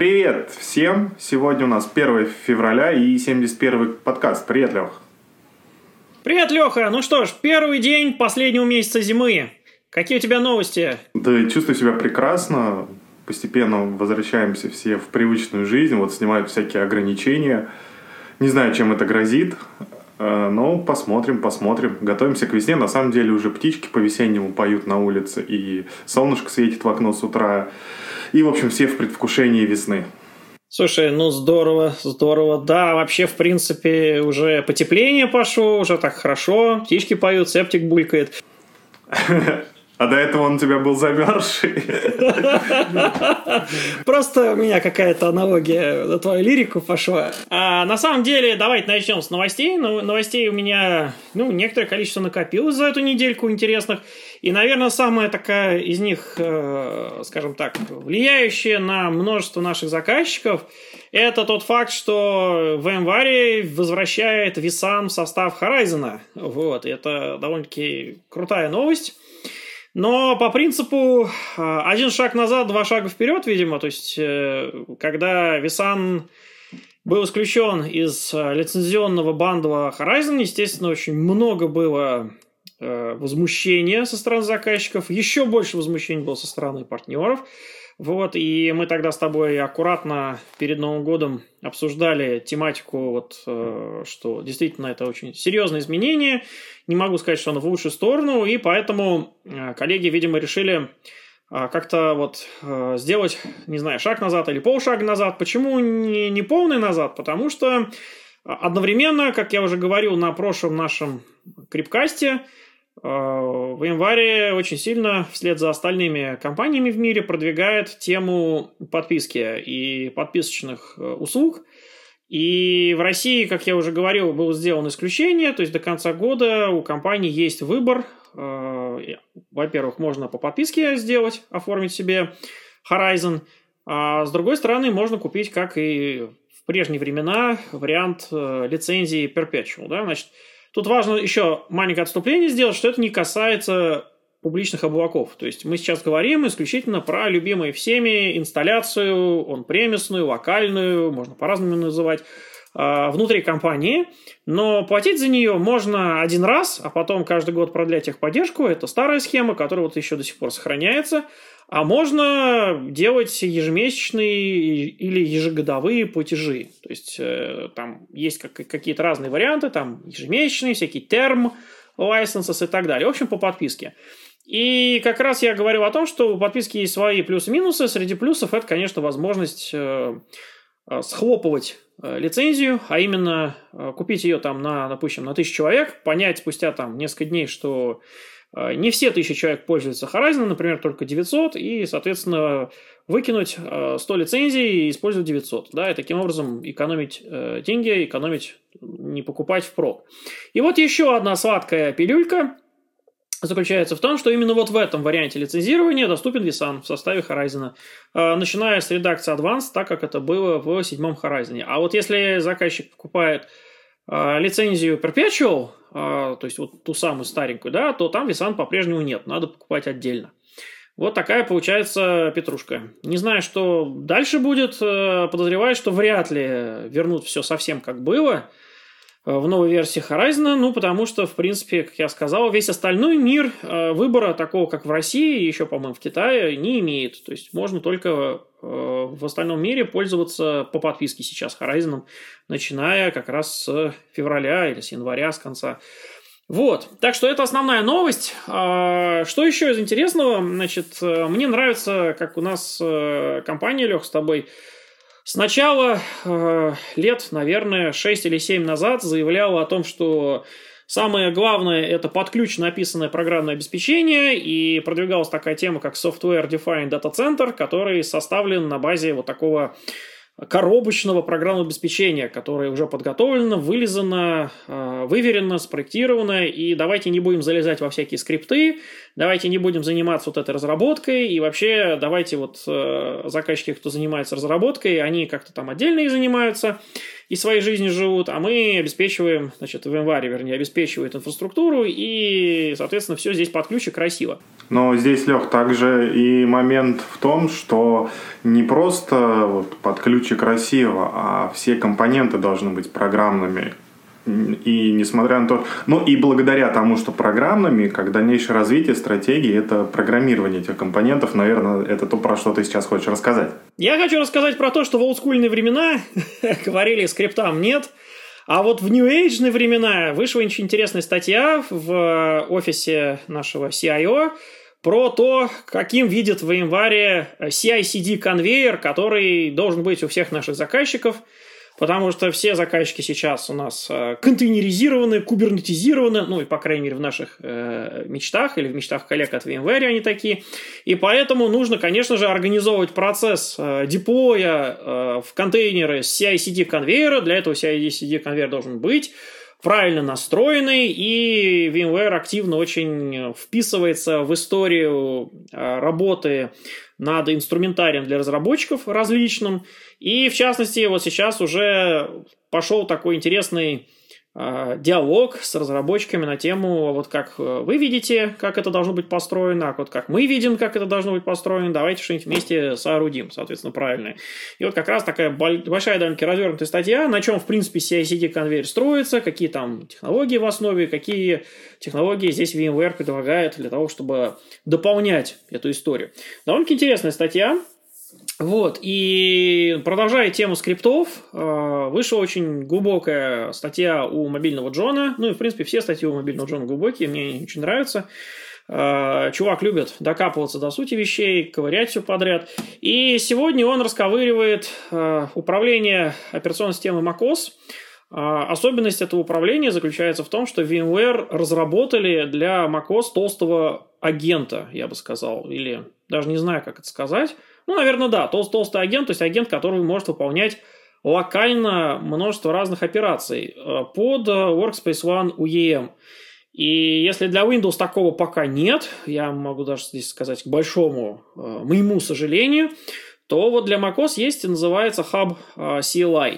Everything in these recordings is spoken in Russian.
Привет всем! Сегодня у нас 1 февраля и 71-й подкаст. Привет, Лех! Привет, Леха! Ну что ж, первый день последнего месяца зимы. Какие у тебя новости? Да, чувствую себя прекрасно. Постепенно возвращаемся все в привычную жизнь. Вот снимают всякие ограничения. Не знаю, чем это грозит. Но посмотрим. Готовимся к весне. На самом деле уже птички по-весеннему поют на улице. И солнышко светит в окно с утра. И, в общем, все в предвкушении весны. Слушай, ну здорово. Да, вообще, в принципе, уже потепление пошло, уже так хорошо. Птички поют, септик булькает. А до этого он у тебя был замерзший. Просто у меня какая-то аналогия на твою лирику пошла. А на самом деле, давайте начнем с новостей. Новостей у меня, некоторое количество накопилось за эту недельку интересных. И, наверное, самая такая из них, скажем так, влияющая на множество наших заказчиков, это тот факт, что VMware возвращает vSAN в состав Horizon. Вот, это довольно-таки крутая новость. Но по принципу один шаг назад, два шага вперед, видимо. То есть, когда vSAN был исключен из лицензионного бандла Horizon, естественно, очень много было возмущения со стороны заказчиков. Еще больше возмущений было со стороны партнеров. Вот, и мы тогда с тобой аккуратно перед Новым годом обсуждали тематику, что действительно это очень серьезное изменение. Не могу сказать, что оно в лучшую сторону, и поэтому коллеги, видимо, решили как-то сделать, не знаю, шаг назад или полшага назад. Почему не полный назад? Потому что одновременно, как я уже говорил на прошлом нашем крипкасте, VMware очень сильно вслед за остальными компаниями в мире продвигает тему подписки и подписочных услуг. И в России, как я уже говорил, было сделано исключение, то есть до конца года у компании есть выбор. Во-первых, можно по подписке оформить себе Horizon, а с другой стороны, можно купить, как и в прежние времена, вариант лицензии Perpetual. Да? Значит, тут важно еще маленькое отступление сделать, что это не касается публичных облаков. То есть мы сейчас говорим исключительно про любимые всеми инсталляцию, он-премисную, локальную, можно по-разному называть, внутри компании. Но платить за нее можно один раз, а потом каждый год продлять техподдержку. Это старая схема, которая еще до сих пор сохраняется. А можно делать ежемесячные или ежегодовые платежи. То есть там есть какие-то разные варианты, там ежемесячные, всякие терм, licenses и так далее. В общем, по подписке. И как раз я говорил о том, что у подписки есть свои плюсы и минусы. Среди плюсов это, конечно, возможность схлопывать лицензию, а именно купить ее там допустим, на 1000 человек, понять спустя там несколько дней, что не все 1000 человек пользуются Horizon, например, только 900, и, соответственно, выкинуть 100 лицензий и использовать 900, да, и таким образом экономить деньги, не покупать впрок. И вот еще одна сладкая пилюлька заключается в том, что именно в этом варианте лицензирования доступен vSAN в составе Horizon, начиная с редакции Advanced, так как это было в 7-м Horizon. А вот если заказчик покупает лицензию Perpetual, то есть вот ту самую старенькую, да, то там vSAN по-прежнему нет, надо покупать отдельно. Вот такая получается петрушка. Не знаю, что дальше будет, подозреваю, что вряд ли вернут все совсем как было в новой версии Horizon, потому что, в принципе, как я сказал, весь остальной мир выбора такого, как в России и еще, по-моему, в Китае, не имеет. То есть можно только в остальном мире пользоваться по подписке сейчас Horizon, начиная как раз с февраля или с января, с конца. Вот, так что это основная новость. Что еще из интересного? Значит, мне нравится, как у нас компания, Лех, с тобой сначала лет, наверное, 6 или 7 назад заявляла о том, что самое главное – это под ключ написанное программное обеспечение, и продвигалась такая тема, как Software Defined Data Center, который составлен на базе вот такого коробочного программного обеспечения, которое уже подготовлено, вылизано, выверено, спроектировано, и давайте не будем залезать во всякие скрипты, давайте не будем заниматься вот этой разработкой, и вообще давайте заказчики, кто занимается разработкой, они как-то там отдельно и занимаются, и своей жизнью живут, а мы обеспечиваем, значит, VMware, вернее, обеспечивает инфраструктуру, и, соответственно, все здесь под ключ и красиво. Но здесь, Лех, также и момент в том, что не просто вот под ключ и красиво, а все компоненты должны быть программными. И несмотря на то, ну и благодаря тому, что программными, как дальнейшее развитие стратегии, это программирование этих компонентов, наверное, это то, про что ты сейчас хочешь рассказать. Я хочу рассказать про то, что в олдскульные времена говорили, скриптам нет, а вот в нью-эйджные времена вышла очень интересная статья в офисе нашего CIO про то, каким видит в VMware CI/CD конвейер, который должен быть у всех наших заказчиков. Потому что все заказчики сейчас у нас контейнеризированы, кубернетизированы, ну и, по крайней мере, в наших мечтах или в мечтах коллег от VMware они такие. И поэтому нужно, конечно же, организовывать процесс деплоя в контейнеры с CI/CD конвейера. Для этого CI/CD конвейер должен быть правильно настроенный, и VMware активно очень вписывается в историю работы над инструментарием для разработчиков различным. И, в частности, вот сейчас уже пошел такой интересный диалог с разработчиками на тему, вот как вы видите, как это должно быть построено, а вот как мы видим, как это должно быть построено, давайте что-нибудь вместе соорудим, соответственно, правильное. И вот как раз такая большая, довольно-таки развернутая статья, на чем, в принципе, CI/CD конвейер строится, какие там технологии в основе, какие технологии здесь VMware предлагает для того, чтобы дополнять эту историю. Довольно-таки интересная статья. Вот, и продолжая тему скриптов, вышла очень глубокая статья у мобильного Джона. Ну и, в принципе, все статьи у мобильного Джона глубокие, мне очень нравятся. Чувак любит докапываться до сути вещей, ковырять все подряд. И сегодня он расковыривает управление операционной системой macOS. Особенность этого управления заключается в том, что VMware разработали для macOS толстого агента, я бы сказал, или даже не знаю, как это сказать. Ну, наверное, да, толстый агент, то есть агент, который может выполнять локально множество разных операций под Workspace ONE UEM. И если для Windows такого пока нет, я могу даже здесь сказать к большому моему сожалению, то вот для macOS есть и называется Hub CLI.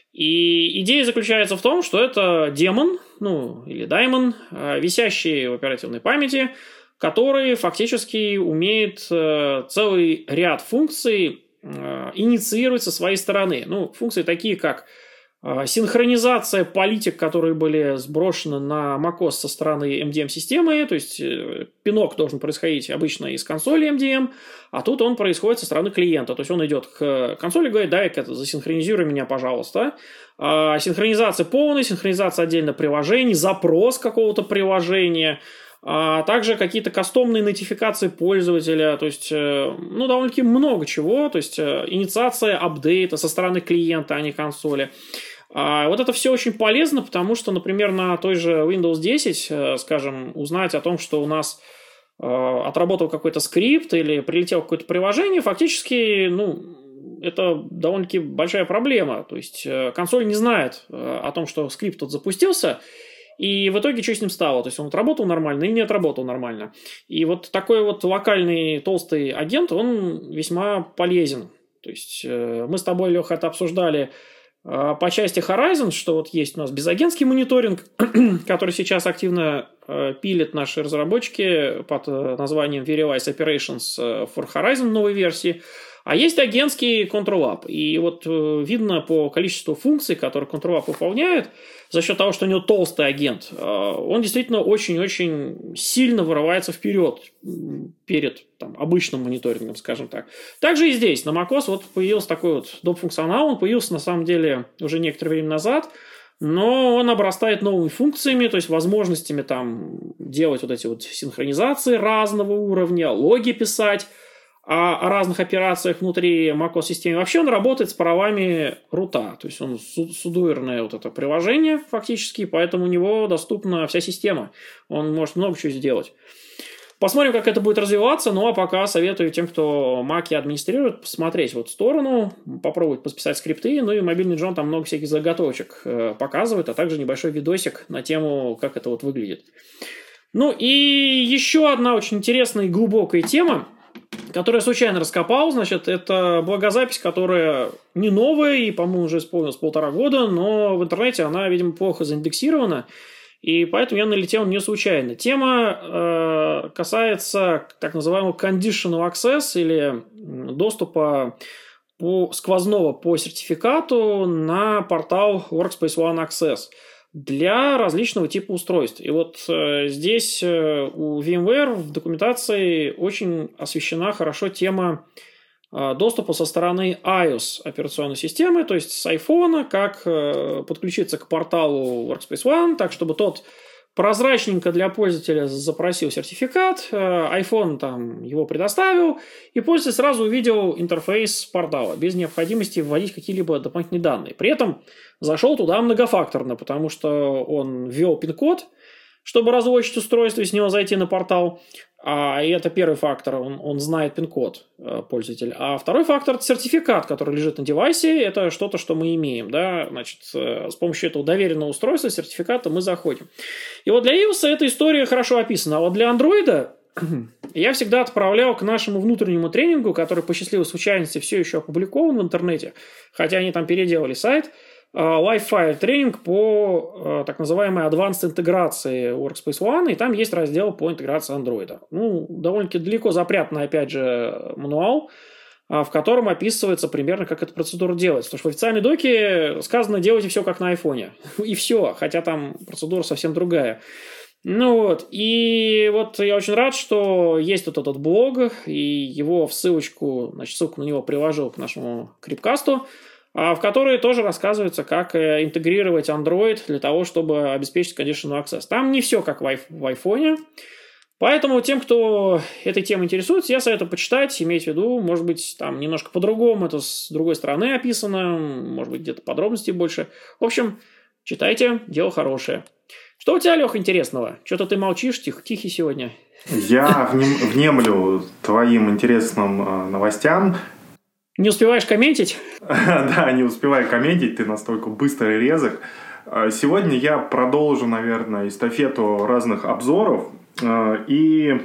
И идея заключается в том, что это демон, ну или даймон, висящий в оперативной памяти, который фактически умеет целый ряд функций инициировать со своей стороны. Ну, функции такие, как синхронизация политик, которые были сброшены на macOS со стороны MDM-системы, то есть пинок должен происходить обычно из консоли MDM, а тут он происходит со стороны клиента. То есть он идет к консоли и говорит: дай-ка засинхронизируй меня, пожалуйста. Синхронизация полная, синхронизация отдельно приложений, запрос какого-то приложения, а также какие-то кастомные нотификации пользователя, то есть, ну, довольно-таки много чего, то есть, инициация апдейта со стороны клиента, а не консоли. Вот это все очень полезно, потому что, например, на той же Windows 10, скажем, узнать о том, что у нас отработал какой-то скрипт или прилетело какое-то приложение, фактически, ну, это довольно-таки большая проблема. То есть, консоль не знает о том, что скрипт тут запустился, и в итоге что с ним стало? То есть он отработал нормально или не отработал нормально. И вот такой вот локальный толстый агент, он весьма полезен. То есть мы с тобой, Леха, это обсуждали по части Horizon, что вот есть у нас безагентский мониторинг, который сейчас активно пилят наши разработчики под названием Verialize Operations for Horizon новой версии. А есть агентский Control App. И вот видно по количеству функций, которые Control App выполняет, за счет того, что у него толстый агент, он действительно очень-очень сильно вырывается вперед перед там, обычным мониторингом, скажем так. Также и здесь, на macOS, вот появился такой вот доп. Функционал, он появился на самом деле уже некоторое время назад, но он обрастает новыми функциями, то есть возможностями там делать вот эти вот синхронизации разного уровня, логи писать о разных операциях внутри macOS-системы. Вообще он работает с правами рута, то есть он судуерное вот это приложение фактически, поэтому у него доступна вся система. Он может много чего сделать. Посмотрим, как это будет развиваться, ну а пока советую тем, кто Mac администрирует, посмотреть в эту сторону, попробовать подписать скрипты, ну и мобильный Джон там много всяких заготовочек показывает, а также небольшой видосик на тему, как это вот выглядит. Ну и еще одна очень интересная и глубокая тема. который я случайно раскопал. Значит, это благозапись, которая не новая и, по-моему, уже исполнилась 1,5 года, но в интернете она, видимо, плохо заиндексирована, и поэтому я налетел на нее случайно. Тема касается так называемого conditional access или доступа сквозного по сертификату на портал Workspace ONE Access для различного типа устройств. И вот здесь у VMware в документации очень освещена хорошо тема доступа со стороны iOS операционной системы, то есть с iPhone, как подключиться к порталу Workspace ONE, так чтобы тот прозрачненько для пользователя запросил сертификат, iPhone там его предоставил, и пользователь сразу увидел интерфейс портала, без необходимости вводить какие-либо дополнительные данные. При этом зашел туда многофакторно, потому что он ввел пин-код, чтобы разлочить устройство и с него зайти на портал. И это первый фактор, он знает пин-код пользователя. А второй фактор – это сертификат, который лежит на девайсе. Это что-то, что мы имеем. Да? Значит, с помощью этого доверенного устройства, сертификата мы заходим. И вот для iOS эта история хорошо описана. А вот для Android я всегда отправлял к нашему внутреннему тренингу, который по счастливой случайности все еще опубликован в интернете, хотя они там переделали сайт, Live-Fire тренинг по так называемой advanced интеграции Workspace ONE, и там есть раздел по интеграции Android. Ну, довольно-таки далеко запрятанный, опять же, мануал, в котором описывается примерно, как эта процедура делается. Потому что в официальной доке сказано, делайте все как на айфоне. И все, хотя там процедура совсем другая. Ну вот, и вот я очень рад, что есть вот этот блог, и его в ссылочку, значит, ссылку на него приложил к нашему крипкасту, в которой тоже рассказывается, как интегрировать Android для того, чтобы обеспечить conditional access. Там не все как в айфоне, поэтому тем, кто этой темой интересуется, я советую почитать, иметь в виду, может быть, там немножко по-другому, это с другой стороны описано, может быть, где-то подробностей больше. В общем, читайте, дело хорошее. Что у тебя, Лех, интересного? Что-то ты молчишь, тихий сегодня. Я внемлю твоим интересным новостям. Не успеваешь комментить? Да, не успеваю комментить, ты настолько быстрый и резок. Сегодня я продолжу, наверное, эстафету разных обзоров. И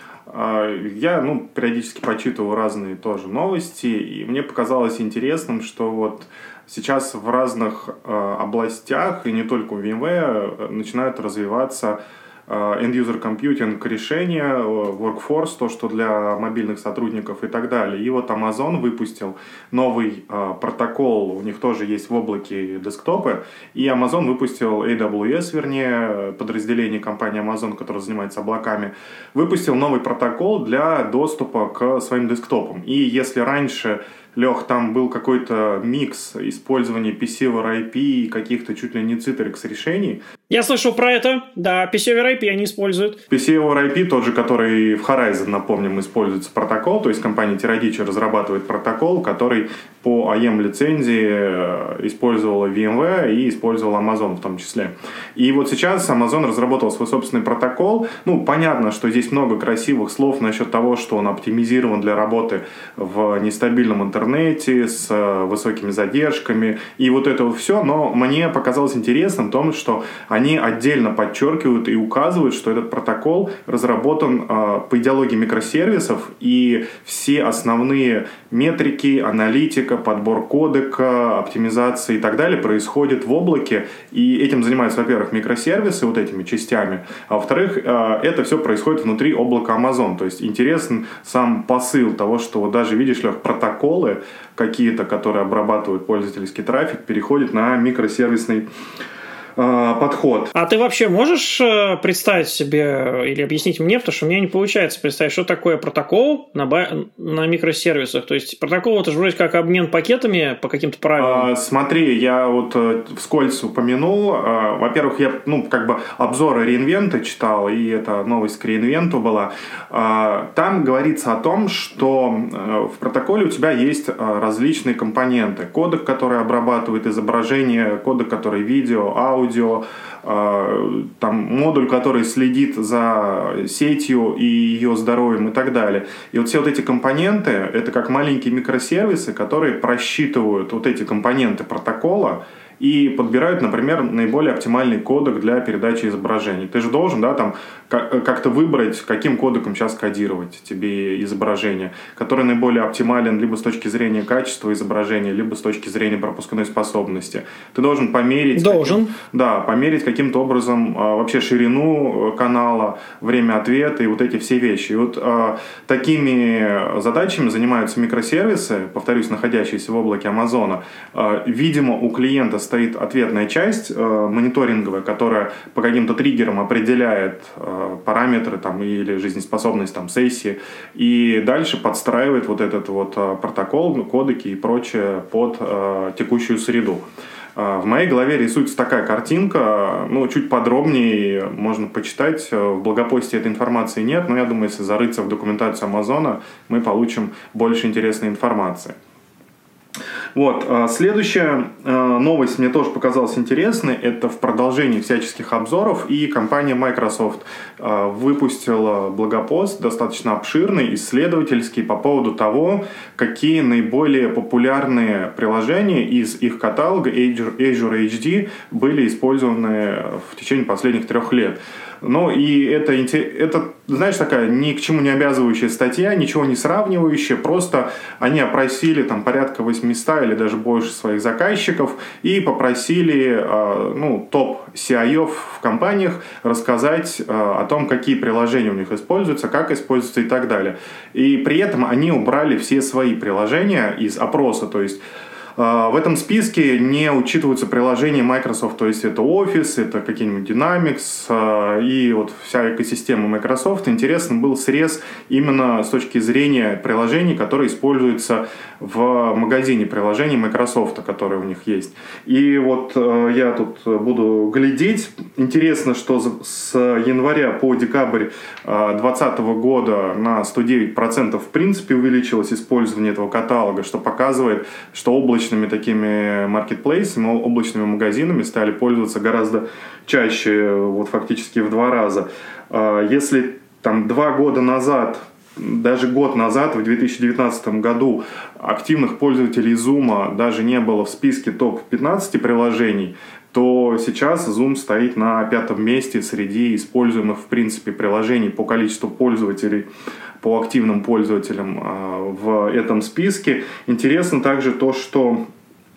я периодически почитываю разные тоже новости. И мне показалось интересным, что вот сейчас в разных областях, и не только у VMware, начинают развиваться end-user computing решения, workforce, то, что для мобильных сотрудников и так далее. И вот Amazon выпустил новый протокол, у них тоже есть в облаке десктопы, и Amazon выпустил, AWS, вернее, подразделение компании Amazon, которое занимается облаками, выпустил новый протокол для доступа к своим десктопам. И если раньше, Лех, там был какой-то микс использования PC over IP и каких-то чуть ли не Citrix решений. Я слышал про это. Да, PC over IP они используют. PC over IP, тот же, который в Horizon, напомним, используется протокол. То есть компания Teradicci разрабатывает протокол, который по AEM-лицензии использовала VMware и использовал Amazon в том числе. И вот сейчас Amazon разработал свой собственный протокол. Понятно, что здесь много красивых слов насчет того, что он оптимизирован для работы в нестабильном интернете с высокими задержками и вот это вот все. Но мне показалось интересным в том, что они отдельно подчеркивают и указывают, что этот протокол разработан по идеологии микросервисов, и все основные метрики, аналитика, подбор кодека, оптимизация и так далее происходит в облаке, и этим занимаются, во-первых, микросервисы вот этими частями, а во-вторых, это все происходит внутри облака Amazon. То есть интересен сам посыл того, что вот даже, видишь, Лех, протоколы какие-то, которые обрабатывают пользовательский трафик, переходят на микросервисный подход. А ты вообще можешь представить себе или объяснить мне, потому что у меня не получается представить, что такое протокол на микросервисах? То есть протокол — это же вроде как обмен пакетами по каким-то правилам. Смотри, я вот вскользь упомянул. Во-первых, я обзоры реинвента читал, и это новость к реинвенту была. Там говорится о том, что в протоколе у тебя есть различные компоненты. Кодек, который обрабатывает изображение, кодек, который видео, аудио, там модуль, который следит за сетью и ее здоровьем и так далее. И вот все вот эти компоненты, это как маленькие микросервисы, которые просчитывают вот эти компоненты протокола и подбирают, например, наиболее оптимальный кодек для передачи изображений. Ты же должен, да, там как-то выбрать, каким кодеком сейчас кодировать тебе изображение, который наиболее оптимален либо с точки зрения качества изображения, либо с точки зрения пропускной способности. Ты должен померить... померить каким-то образом вообще ширину канала, время ответа и вот эти все вещи. И вот такими задачами занимаются микросервисы, повторюсь, находящиеся в облаке Амазона. Видимо, у клиента стоит ответная часть мониторинговая, которая по каким-то триггерам определяет параметры там, или жизнеспособность там, сессии, и дальше подстраивает вот этот вот протокол, кодеки и прочее под текущую среду. В моей голове рисуется такая картинка, чуть подробнее можно почитать. В блогопосте этой информации нет, но я думаю, если зарыться в документацию Амазона, мы получим больше интересной информации. Вот. Следующая новость мне тоже показалась интересной. Это в продолжении всяческих обзоров. И компания Microsoft выпустила блогопост достаточно обширный, исследовательский, по поводу того, какие наиболее популярные приложения из их каталога Azure HD были использованы в течение последних 3 лет. И это, знаешь, такая ни к чему не обязывающая статья, ничего не сравнивающая, просто они опросили там порядка 800 или даже больше своих заказчиков и попросили топ CIO в компаниях рассказать о том, какие приложения у них используются, как используются и так далее. И при этом они убрали все свои приложения из опроса, то есть в этом списке не учитываются приложения Microsoft, то есть это Office, это какие-нибудь Dynamics и вот вся экосистема Microsoft. Интересен был срез именно с точки зрения приложений, которые используются в магазине приложений Microsoft, которые у них есть. И вот я тут буду глядеть. Интересно, что с января по декабрь 2020 года на 109% в принципе увеличилось использование этого каталога, что показывает, что облачными такими маркетплейсами, облачными магазинами стали пользоваться гораздо чаще, вот фактически в 2 раза. Если там 2 года назад, даже год назад, в 2019 году, активных пользователей Zoom даже не было в списке топ-15 приложений, то сейчас Zoom стоит на 5-м месте среди используемых, в принципе, приложений по количеству пользователей, по активным пользователям в этом списке. Интересно также то, что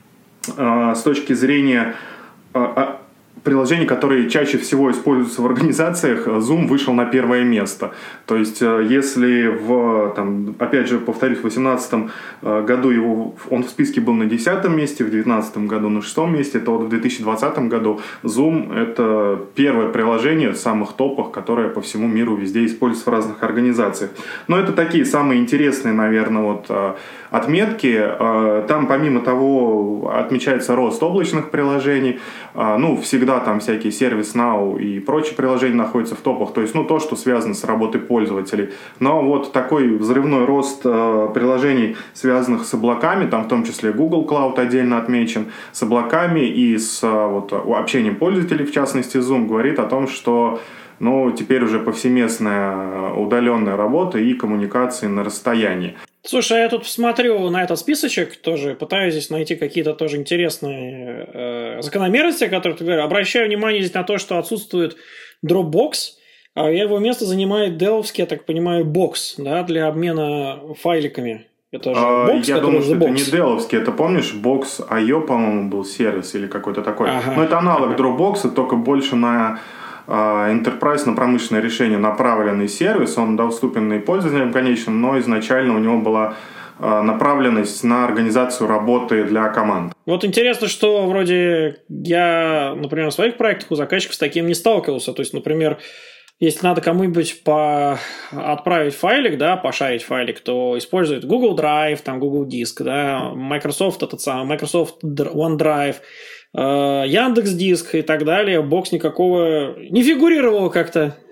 с точки зрения приложений, которые чаще всего используются в организациях, Zoom вышел на 1 место. То есть, если опять же, повторюсь, в 2018 году он в списке был на 10 месте, в 2019 году на 6 месте, то вот в 2020 году Zoom — это первое приложение в самых топах, которое по всему миру везде используется в разных организациях. Но это такие самые интересные, наверное, отметки. Там, помимо того, отмечается рост облачных приложений. Всегда там всякие ServiceNow и прочие приложения находятся в топах. То есть, то, что связано с работой пользователей. Но вот такой взрывной рост приложений, связанных с облаками, там в том числе Google Cloud отдельно отмечен, с облаками и с общением пользователей, в частности Zoom, говорит о том, что теперь уже повсеместная удаленная работа и коммуникации на расстоянии. Слушай, я тут смотрю на этот списочек, тоже пытаюсь здесь найти какие-то тоже интересные закономерности, о которых ты говоришь. Обращаю внимание здесь на то, что отсутствует Dropbox, а его место занимает Dell-овский, я так понимаю, бокс, да, для обмена файликами. Это же бокс, я думаю, что это не Dell-овский, это, помнишь, Box.io, по-моему, был сервис или какой-то такой. Но это аналог Dropbox, только больше на Enterprise, на промышленное решение направленный сервис. Он доступен и пользователям конечным, но изначально у него была направленность на организацию работы для команд. Вот интересно, что вроде я, например, в своих проектах у заказчиков с таким не сталкивался. То есть, например, если надо кому-нибудь отправить файлик, да, пошарить файлик, то используют Google Drive, там Google Диск, да, Microsoft Microsoft OneDrive, Яндекс.Диск и так далее. Бокс никакого не фигурировал как-то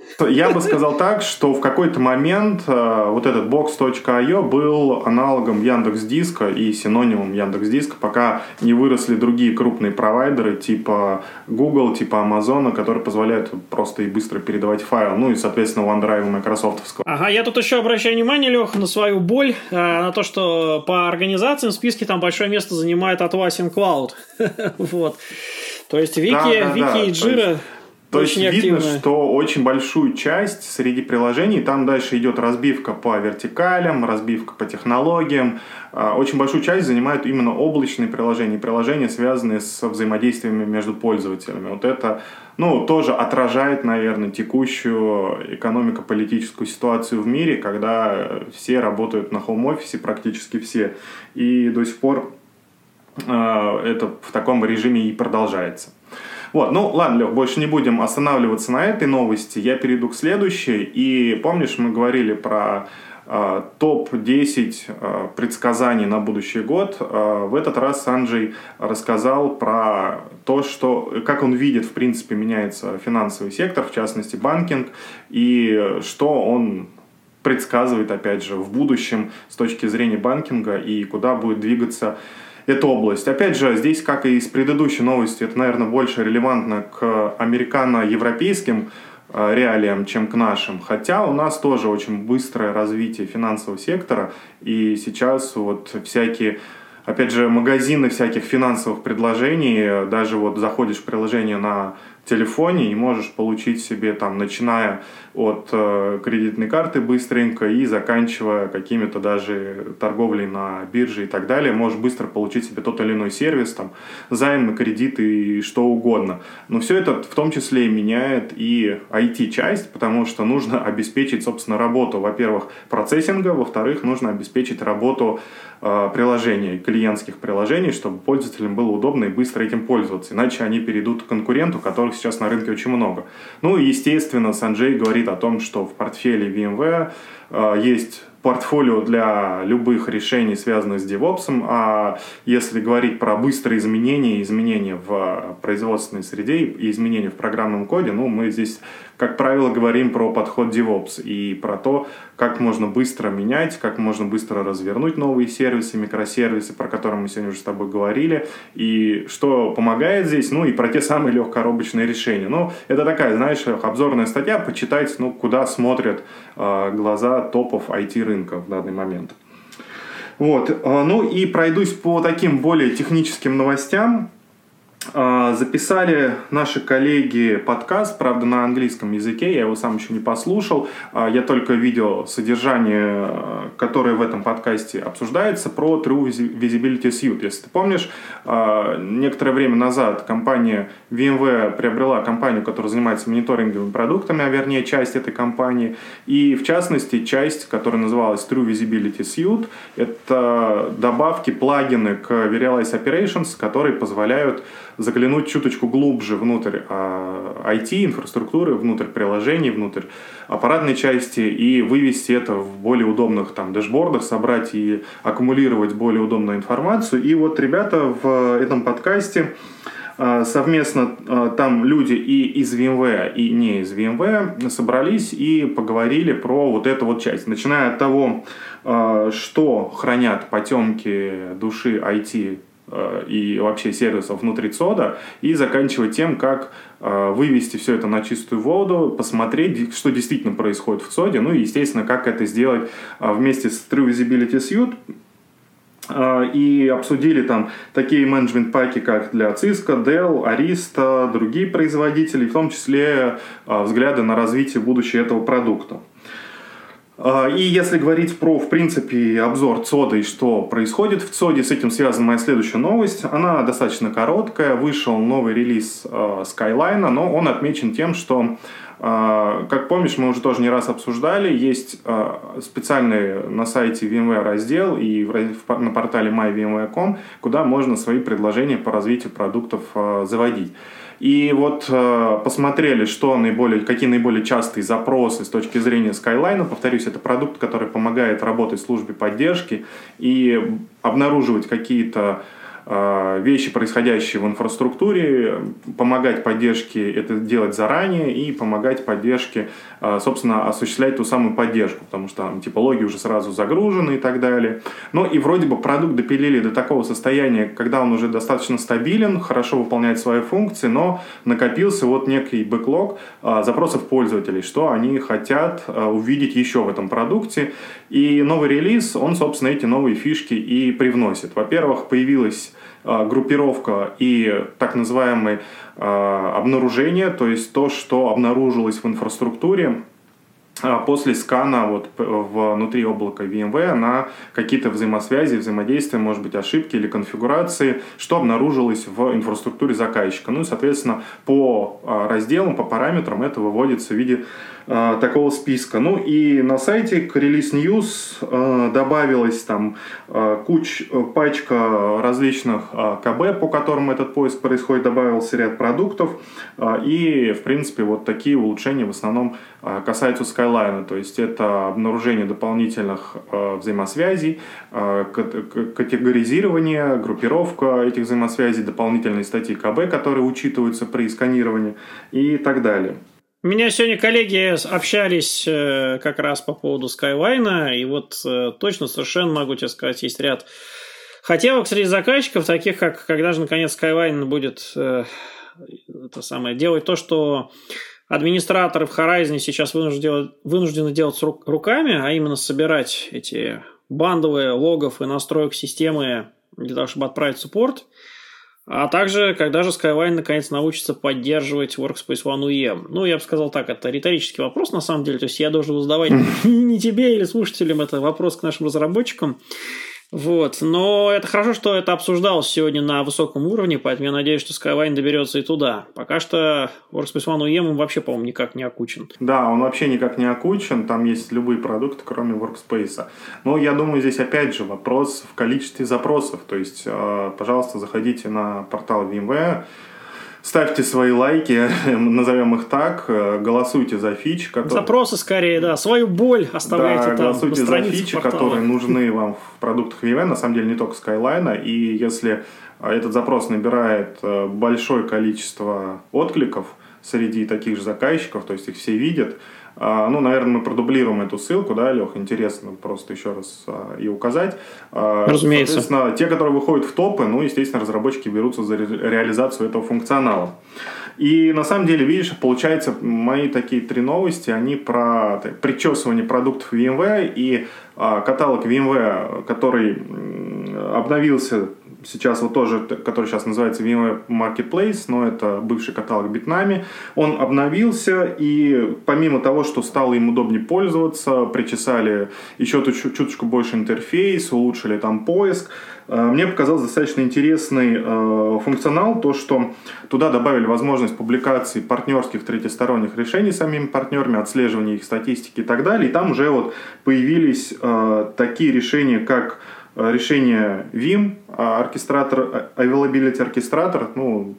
Я бы сказал так, что в какой-то момент вот этот Box.io был аналогом Яндекс.Диска и синонимом Яндекс.Диска, пока не выросли другие крупные провайдеры типа Google, типа Amazon, которые позволяют просто и быстро передавать файл. Ну и, соответственно, OneDrive Microsoft'овского. Ага, я тут еще обращаю внимание, Лех, на свою боль, на то, что по организациям в списке там большое место занимает Atlassian Cloud. Вот. То есть Вики и Jira... То есть видно, что очень большую часть среди приложений, там дальше идет разбивка по вертикалям, разбивка по технологиям. Очень большую часть занимают именно облачные приложения, связанные с взаимодействиями между пользователями. Вот это, тоже отражает, наверное, текущую экономико-политическую ситуацию в мире, когда все работают на хоум-офисе, практически все. И до сих пор это в таком режиме и продолжается. Вот, ладно, Лёх, больше не будем останавливаться на этой новости. Я перейду к следующей. И помнишь, мы говорили про топ-10 предсказаний на будущий год. В этот раз Санджей рассказал про то, как он видит, в принципе, меняется финансовый сектор, в частности, банкинг, и что он предсказывает, опять же, в будущем с точки зрения банкинга и куда будет двигаться эта область. Опять же, здесь, как и из предыдущей новости, это, наверное, больше релевантно к американо-европейским реалиям, чем к нашим. Хотя у нас тоже очень быстрое развитие финансового сектора, и сейчас вот всякие, опять же, магазины всяких финансовых предложений, даже вот заходишь в приложение на телефоне и можешь получить себе там, начиная от кредитной карты быстренько и заканчивая какими-то даже торговлей на бирже и так далее, можешь быстро получить себе тот или иной сервис, там, займ, кредиты и что угодно. Но все это в том числе и меняет и IT-часть, потому что нужно обеспечить, собственно, работу, во-первых, процессинга, во-вторых, нужно обеспечить работу приложений, клиентских приложений, чтобы пользователям было удобно и быстро этим пользоваться. Иначе они перейдут к конкуренту, которых сейчас на рынке очень много. Ну и, естественно, Санджей говорит о том, что в портфеле VMware есть портфолио для любых решений, связанных с DevOps, а если говорить про быстрые изменения в производственной среде и изменения в программном коде, мы здесь, как правило, говорим про подход DevOps и про то, как можно быстро менять, как можно быстро развернуть новые сервисы, микросервисы, про которые мы сегодня уже с тобой говорили, и что помогает здесь, и про те самые легкокоробочные решения. Это такая, знаешь, обзорная статья, почитать, куда смотрят глаза топов IT-рынка в данный момент. Вот. И пройдусь по таким более техническим новостям. Записали наши коллеги подкаст, правда, на английском языке, я его сам еще не послушал, я только видел содержание, которое в этом подкасте обсуждается, про True Visibility Suite. Если ты помнишь, некоторое время назад компания VMware приобрела компанию, которая занимается мониторинговыми продуктами, а вернее часть этой компании, и в частности часть, которая называлась True Visibility Suite, это добавки, плагины к Verialize Operations, которые позволяют заглянуть чуточку глубже внутрь IT-инфраструктуры, внутрь приложений, внутрь аппаратной части и вывести это в более удобных дэшбордах, собрать и аккумулировать более удобную информацию. И вот ребята в этом подкасте совместно, там люди и из VMware, и не из VMware собрались и поговорили про вот эту вот часть. Начиная от того, что хранят потемки души IT и вообще сервисов внутри ЦОДа, и заканчивая тем, как вывести все это на чистую воду, посмотреть, что действительно происходит в ЦОДе, и, естественно, как это сделать вместе с True Visibility Suite. И обсудили там такие менеджмент-паки, как для Cisco, Dell, Arista, другие производители, в том числе взгляды на развитие будущего этого продукта. И если говорить про, в принципе, обзор ЦОДа и что происходит в ЦОДе, с этим связана моя следующая новость. Она достаточно короткая. Вышел новый релиз Skyline, но он отмечен тем, что, как помнишь, мы уже тоже не раз обсуждали, есть специальный на сайте VMware раздел и на портале myVMware.com, куда можно свои предложения по развитию продуктов заводить. И вот посмотрели, какие наиболее частые запросы с точки зрения Skyline. Повторюсь, это продукт, который помогает работать в службе поддержки и обнаруживать какие-то вещи, происходящие в инфраструктуре, помогать поддержке это делать заранее и помогать поддержке, собственно, осуществлять ту самую поддержку, потому что там типологии уже сразу загружены и так далее. Но и вроде бы продукт допилили до такого состояния, когда он уже достаточно стабилен, хорошо выполняет свои функции, но накопился вот некий бэклог запросов пользователей, что они хотят увидеть еще в этом продукте. И новый релиз, он, собственно, эти новые фишки и привносит. Во-первых, появилась группировка и так называемое обнаружение, то есть то, что обнаружилось в инфраструктуре после скана вот внутри облака VMware на какие-то взаимосвязи, взаимодействия, может быть, ошибки или конфигурации, что обнаружилось в инфраструктуре заказчика. Ну и, соответственно, по разделам, по параметрам это выводится в виде такого списка. Ну и на сайте к Release News добавилась там пачка различных КБ, по которым этот поиск происходит, добавился ряд продуктов. И, в принципе, вот такие улучшения в основном касаются Skyline. То есть это обнаружение дополнительных взаимосвязей, категоризирование, группировка этих взаимосвязей, дополнительные статьи КБ, которые учитываются при сканировании и так далее. У меня сегодня коллеги общались как раз по поводу Skyline, и вот точно совершенно могу тебе сказать, есть ряд хотелок среди заказчиков, таких как когда же наконец Skyline будет делать то, что администраторы в Horizon сейчас вынуждены делать руками, а именно собирать эти бандовые логов и настроек системы для того, чтобы отправить суппорт. А также, когда же Skyline наконец научится поддерживать Workspace ONE UEM. Ну, я бы сказал так, это риторический вопрос на самом деле. То есть я должен задавать не тебе или слушателям, это вопрос к нашим разработчикам. Вот. Но это хорошо, что это обсуждалось сегодня на высоком уровне, поэтому я надеюсь, что Skyline доберется и туда. Пока что Workspace ONE UEM вообще, по-моему, никак не окучен. Да, он вообще никак не окучен, там есть любые продукты, кроме Workspace. Но я думаю, здесь опять же вопрос в количестве запросов. То есть, пожалуйста, заходите на портал VMware, ставьте свои лайки, назовем их так, голосуйте за фичи, которые... Запросы скорее, да, свою боль оставляйте там. Голосуйте за фичи, которые нужны вам в продуктах VMware, на самом деле не только Skyline, и если этот запрос набирает большое количество откликов среди таких же заказчиков, то есть их все видят, ну, наверное, мы продублируем эту ссылку, да, Лех, интересно просто еще раз ее указать. Разумеется. Соответственно, те, которые выходят в топы, ну, естественно, разработчики берутся за реализацию этого функционала. И на самом деле, видишь, получается, мои такие 3 новости, они про причесывание продуктов VMware и каталог VMware, который обновился сейчас вот тоже, который сейчас называется VMware Marketplace, но это бывший каталог Bitnami. Он обновился, и помимо того, что стало им удобнее пользоваться, причесали еще чуточку больше интерфейс, улучшили там поиск, мне показался достаточно интересный функционал, то, что туда добавили возможность публикации партнерских третьесторонних решений самими партнерами, отслеживания их статистики и так далее. И там уже вот появились такие решения, как решение Vim, оркестратор, Availability оркестратор, ну,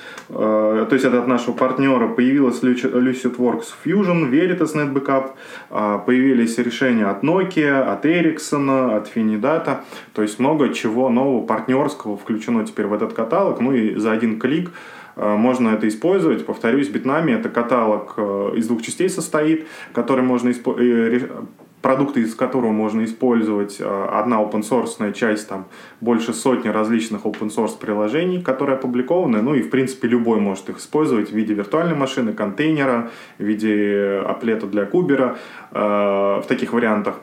то есть это от нашего партнера, появилась LucidWorks Fusion, Veritas NetBackup, появились решения от Nokia, от Ericsson, от Finidata, то есть много чего нового партнерского включено теперь в этот каталог, ну и за один клик можно это использовать. Повторюсь, Bitnami это каталог из 2 частей состоит, который можно продукты, из которого можно использовать одна open-source часть, там больше сотни различных open-source приложений, которые опубликованы, ну и в принципе любой может их использовать в виде виртуальной машины, контейнера, в виде аплета для кубера, в таких вариантах.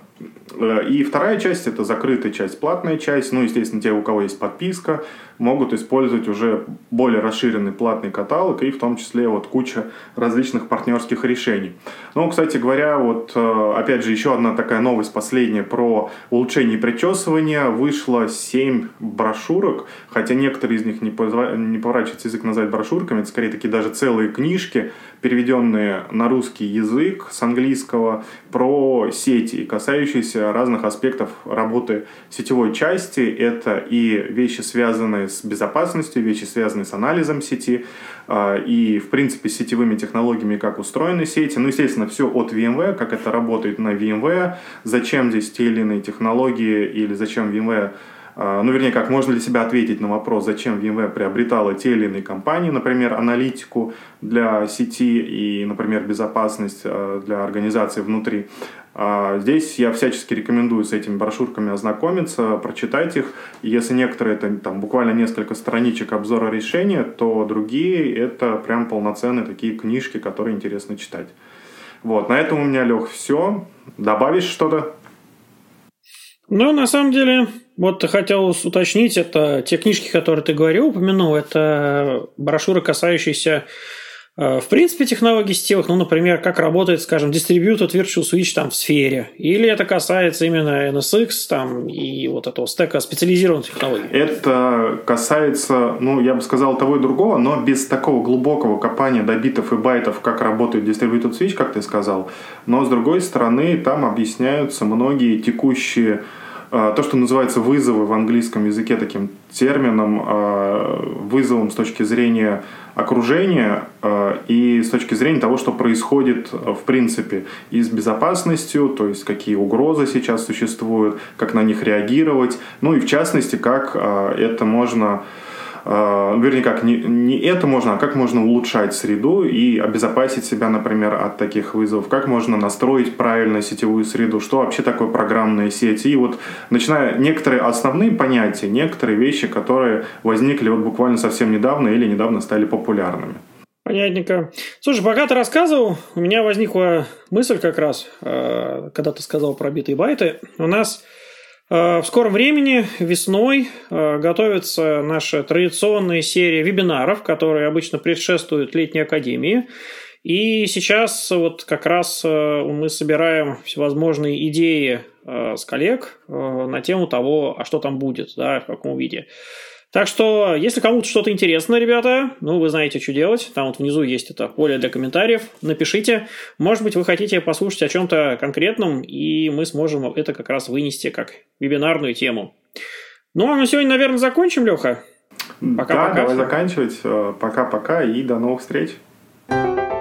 И вторая часть, это закрытая часть, платная часть. Ну, естественно, те, у кого есть подписка, могут использовать уже более расширенный платный каталог и в том числе вот куча различных партнерских решений. Ну, кстати говоря, вот опять же еще одна такая новость последняя про улучшение и причесывание. Вышло 7 брошюрок, хотя некоторые из них не поворачивается язык назвать брошюрками, это скорее такие даже целые книжки, переведенные на русский язык с английского, про сети, касающиеся разных аспектов работы сетевой части. Это и вещи, связанные с безопасностью, вещи, связанные с анализом сети, и, в принципе, с сетевыми технологиями, как устроены сети. Ну, естественно, все от VMware, как это работает на VMware, зачем здесь те или иные технологии, или зачем VMware ну, вернее, как можно для себя ответить на вопрос, зачем VMware приобретала те или иные компании, например, аналитику для сети и, например, безопасность для организации внутри. Здесь я всячески рекомендую с этими брошюрками ознакомиться, прочитать их. Если некоторые это там буквально несколько страничек обзора решения, то другие это прям полноценные такие книжки, которые интересно читать. Вот, на этом у меня, Лех, все. Добавишь что-то? Ну, на самом деле, вот хотел уточнить, это те книжки, которые ты говорил, упомянул, это брошюры, касающиеся, в принципе, технологий сетевых, ну, например, как работает, скажем, Distributed Virtual Switch там в сфере, или это касается именно NSX там и вот этого стека специализированных технологий? Это касается, ну, я бы сказал, того и другого, но без такого глубокого копания до битов и байтов, как работает Distributed Switch, как ты сказал. Но, с другой стороны, там объясняются многие текущие, то, что называется вызовы в английском языке таким термином, вызовом с точки зрения окружения и с точки зрения того, что происходит в принципе и с безопасностью, то есть какие угрозы сейчас существуют, как на них реагировать, ну и в частности, как это можно, вернее, как не это можно, а как можно улучшать среду и обезопасить себя, например, от таких вызовов, как можно настроить правильно сетевую среду, что вообще такое программная сеть. И вот начиная некоторые основные понятия, некоторые вещи, которые возникли вот буквально совсем недавно или недавно стали популярными. Понятненько. Слушай, пока ты рассказывал, у меня возникла мысль как раз, когда ты сказал про биты и байты. У нас в скором времени, весной, готовится наша традиционная серия вебинаров, которые обычно предшествуют летней академии. И сейчас вот как раз мы собираем всевозможные идеи с коллег на тему того, а что там будет, да, в каком виде. Так что, если кому-то что-то интересно, ребята, ну, вы знаете, что делать. Там вот внизу есть это поле для комментариев. Напишите. Может быть, вы хотите послушать о чем-то конкретном, и мы сможем это как раз вынести как вебинарную тему. Ну, а на сегодня, наверное, закончим, Леха. Пока-пока. Да, давай заканчивать. Пока-пока и до новых встреч.